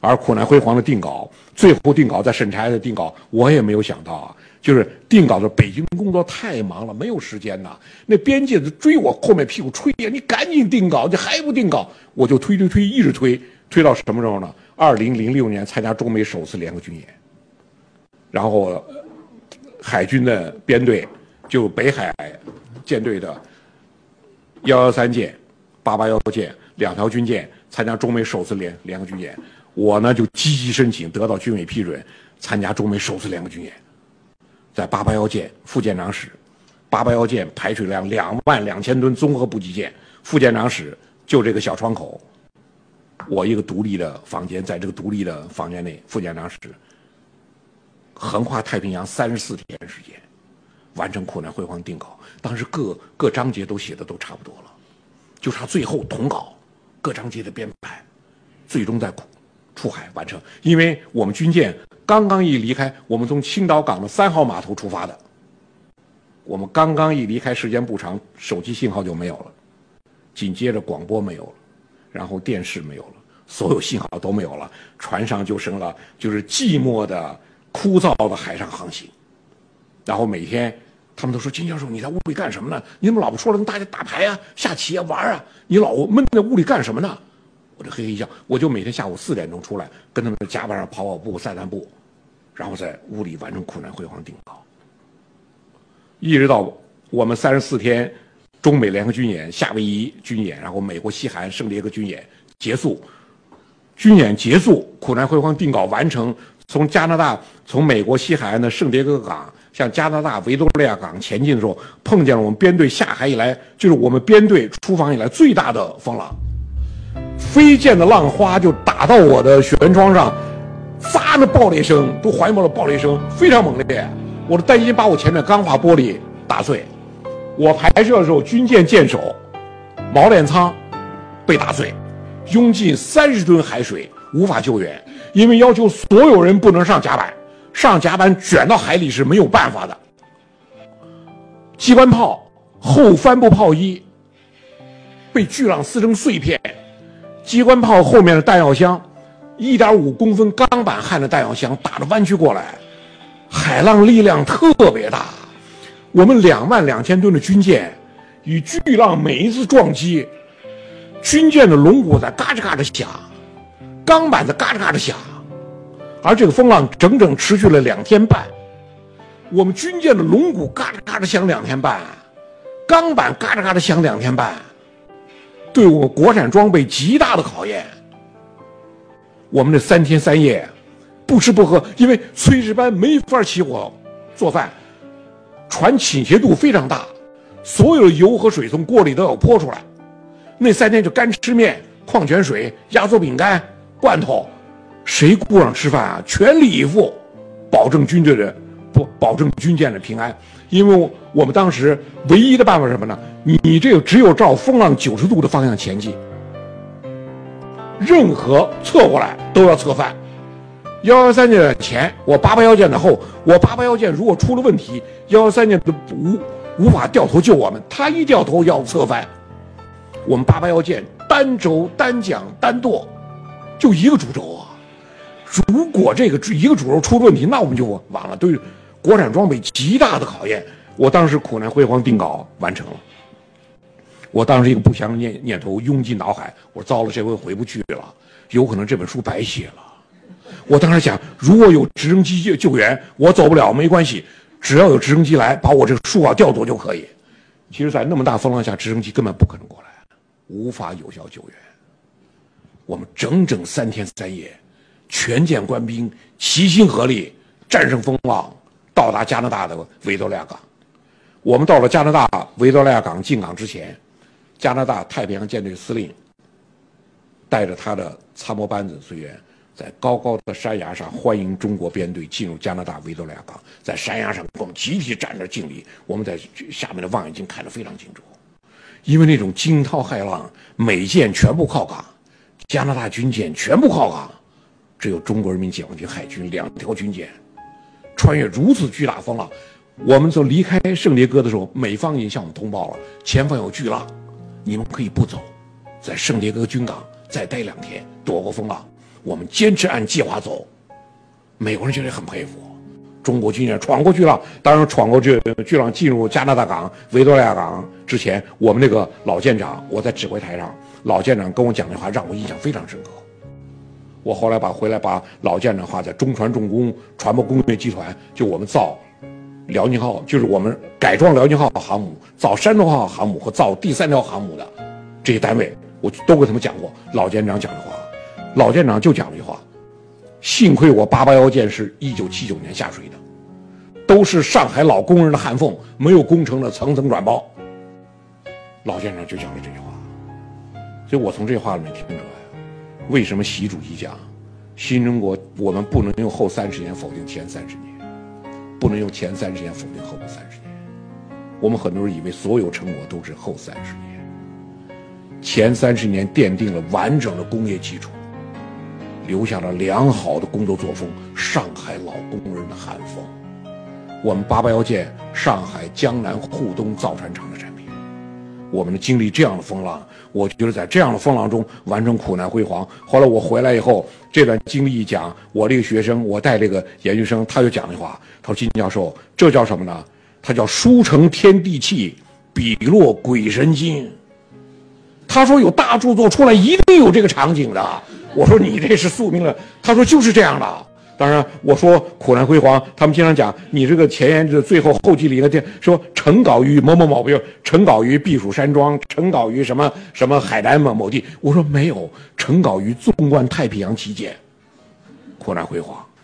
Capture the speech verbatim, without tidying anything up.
而苦难辉煌的定稿，最后定稿在审查的定稿，我也没有想到啊，就是定稿的北京工作太忙了，没有时间呐。那编辑的追我后面屁股吹呀，你赶紧定稿，你还不定稿，我就推推推，一直推，推到什么时候呢？二零零六年参加中美首次联合军演，然后海军的编队就北海舰队的幺幺三舰、八八幺舰两条军舰参加中美首次联联合军演。我呢就积极申请，得到军委批准，参加中美首次联合军演，在八八幺舰副舰长室，八八幺舰排水量两万两千吨综合补给舰，副舰长室就这个小窗口，我一个独立的房间，在这个独立的房间内，副舰长室横跨太平洋三十四天时间，完成苦难辉煌定稿。当时各各章节都写的都差不多了，就差最后统稿，各章节的编排，最终在出海完成。因为我们军舰刚刚一离开，我们从青岛港的三号码头出发的，我们刚刚一离开时间不长，手机信号就没有了，紧接着广播没有了，然后电视没有了，所有信号都没有了，船上就剩了就是寂寞的枯燥的海上航行。然后每天他们都说，金教授你在屋里干什么呢？你怎么老不出来跟大家打牌啊、下棋啊、玩啊？你老闷在屋里干什么呢？我就嘿嘿笑，我就每天下午四点钟出来，跟他们甲板上跑跑步、散散步，然后在屋里完成苦难辉煌定稿。一直到我们三十四天中美联合军演、夏威夷军演，然后美国西海岸圣迭戈军演结束，军演结束，苦难辉煌定稿完成，从加拿大从美国西海岸的圣迭戈港向加拿大维多利亚港前进的时候，碰见了我们编队下海以来，就是我们编队出访以来最大的风浪。飞溅的浪花就打到我的舷窗上，发的爆裂声，都环抱的爆裂声非常猛烈。我都担心把我前面钢化玻璃打碎。我拍摄的时候，军舰舰首、锚链舱被打碎，涌进三十吨海水，无法救援。因为要求所有人不能上甲板，上甲板卷到海里是没有办法的。机关炮后帆布炮衣被巨浪撕成碎片。机关炮后面的弹药箱，一点五公分钢板焊的弹药箱打着弯曲过来，海浪力量特别大。我们两万两千吨的军舰与巨浪每一次撞击，军舰的龙骨在嘎吱嘎吱响，钢板在嘎吱嘎吱响，而这个风浪整整持续了两天半。我们军舰的龙骨嘎吱嘎吱响两天半，钢板嘎吱嘎吱响两天半。对我们国产装备极大的考验。我们这三天三夜不吃不喝，因为炊事班没法起火做饭，船倾斜度非常大，所有的油和水从锅里都要泼出来。那三天就干吃面、矿泉水、压缩饼干、罐头，谁顾上吃饭啊？全力以赴，保证军队的不保证军舰的平安。因为我们当时唯一的办法是什么呢？你你这个只有照风浪九十度的方向前进，任何侧过来都要侧翻。幺幺三舰的前，我八八幺舰的后。我八八幺舰如果出了问题，幺幺三舰都无无法掉头救我们，他一掉头要侧翻。我们八八幺舰单轴、单桨、单舵，就一个主轴啊。如果这个一个主轴出了问题，那我们就完了，对国产装备极大的考验。我当时苦难辉煌定稿完成了，我当时一个不祥的念念头涌进脑海，我说糟了，这回回不去了，有可能这本书白写了。我当时想，如果有直升机救援，我走不了没关系，只要有直升机来把我这个书啊调走就可以。其实在那么大风浪下，直升机根本不可能过来，无法有效救援。我们整整三天三夜，全舰官兵齐心合力战胜风浪，到达加拿大的维多利亚港。我们到了加拿大维多利亚港进港之前，加拿大太平洋舰队司令带着他的参谋班子随员，在高高的山崖上欢迎中国编队进入加拿大维多利亚港。在山崖上给我们集体站着敬礼，我们在下面的望远镜看得非常清楚。因为那种惊涛骇浪，美舰全部靠港，加拿大军舰全部靠港，只有中国人民解放军海军两条军舰穿越如此巨大风浪。我们从离开圣迭戈的时候，美方已经向我们通报了，前方有巨浪，你们可以不走，在圣迭戈军港再待两天，躲过风浪。 我们坚持按计划走。美国人觉得很佩服，中国军舰闯过去了，当然闯过去巨浪进入加拿大港、维多利亚港之前，我们那个老舰长，我在指挥台上，老舰长跟我讲的话让我印象非常深刻。我后来把回来把老舰长话在中船重工船舶工业集团，就我们造辽宁号，就是我们改装辽宁号航母、造山东号航母和造第三条航母的这些单位，我都跟他们讲过老舰长讲的话。老舰长就讲了一句话：幸亏我八八幺舰是一九七九年下水的，都是上海老工人的焊缝，没有工程的层层软包。老舰长就讲了这句话，所以我从这话里面听出来，为什么习主席讲新中国我们不能用后三十年否定前三十年，不能用前三十年否定后三十年。我们很多人以为所有成果都是后三十年，前三十年奠定了完整的工业基础，留下了良好的工作作风，上海老工人的焊缝。我们八八幺舰上海江南沪东造船厂的产品，我们的经历这样的风浪，我觉得在这样的风浪中完成苦难辉煌。后来我回来以后，这段经历一讲，我这个学生，我带这个研究生，他就讲那话，他说金教授，这叫什么呢？他叫书成天地气，笔落鬼神经。他说有大著作出来一定有这个场景的。我说你这是宿命了。他说就是这样的。当然我说苦难辉煌，他们经常讲你这个前言的最后后记里的说成稿于某某某，比如成稿于避暑山庄，成稿于什么什么海南某某地。我说没有，成稿于纵贯太平洋旗舰，苦难辉煌。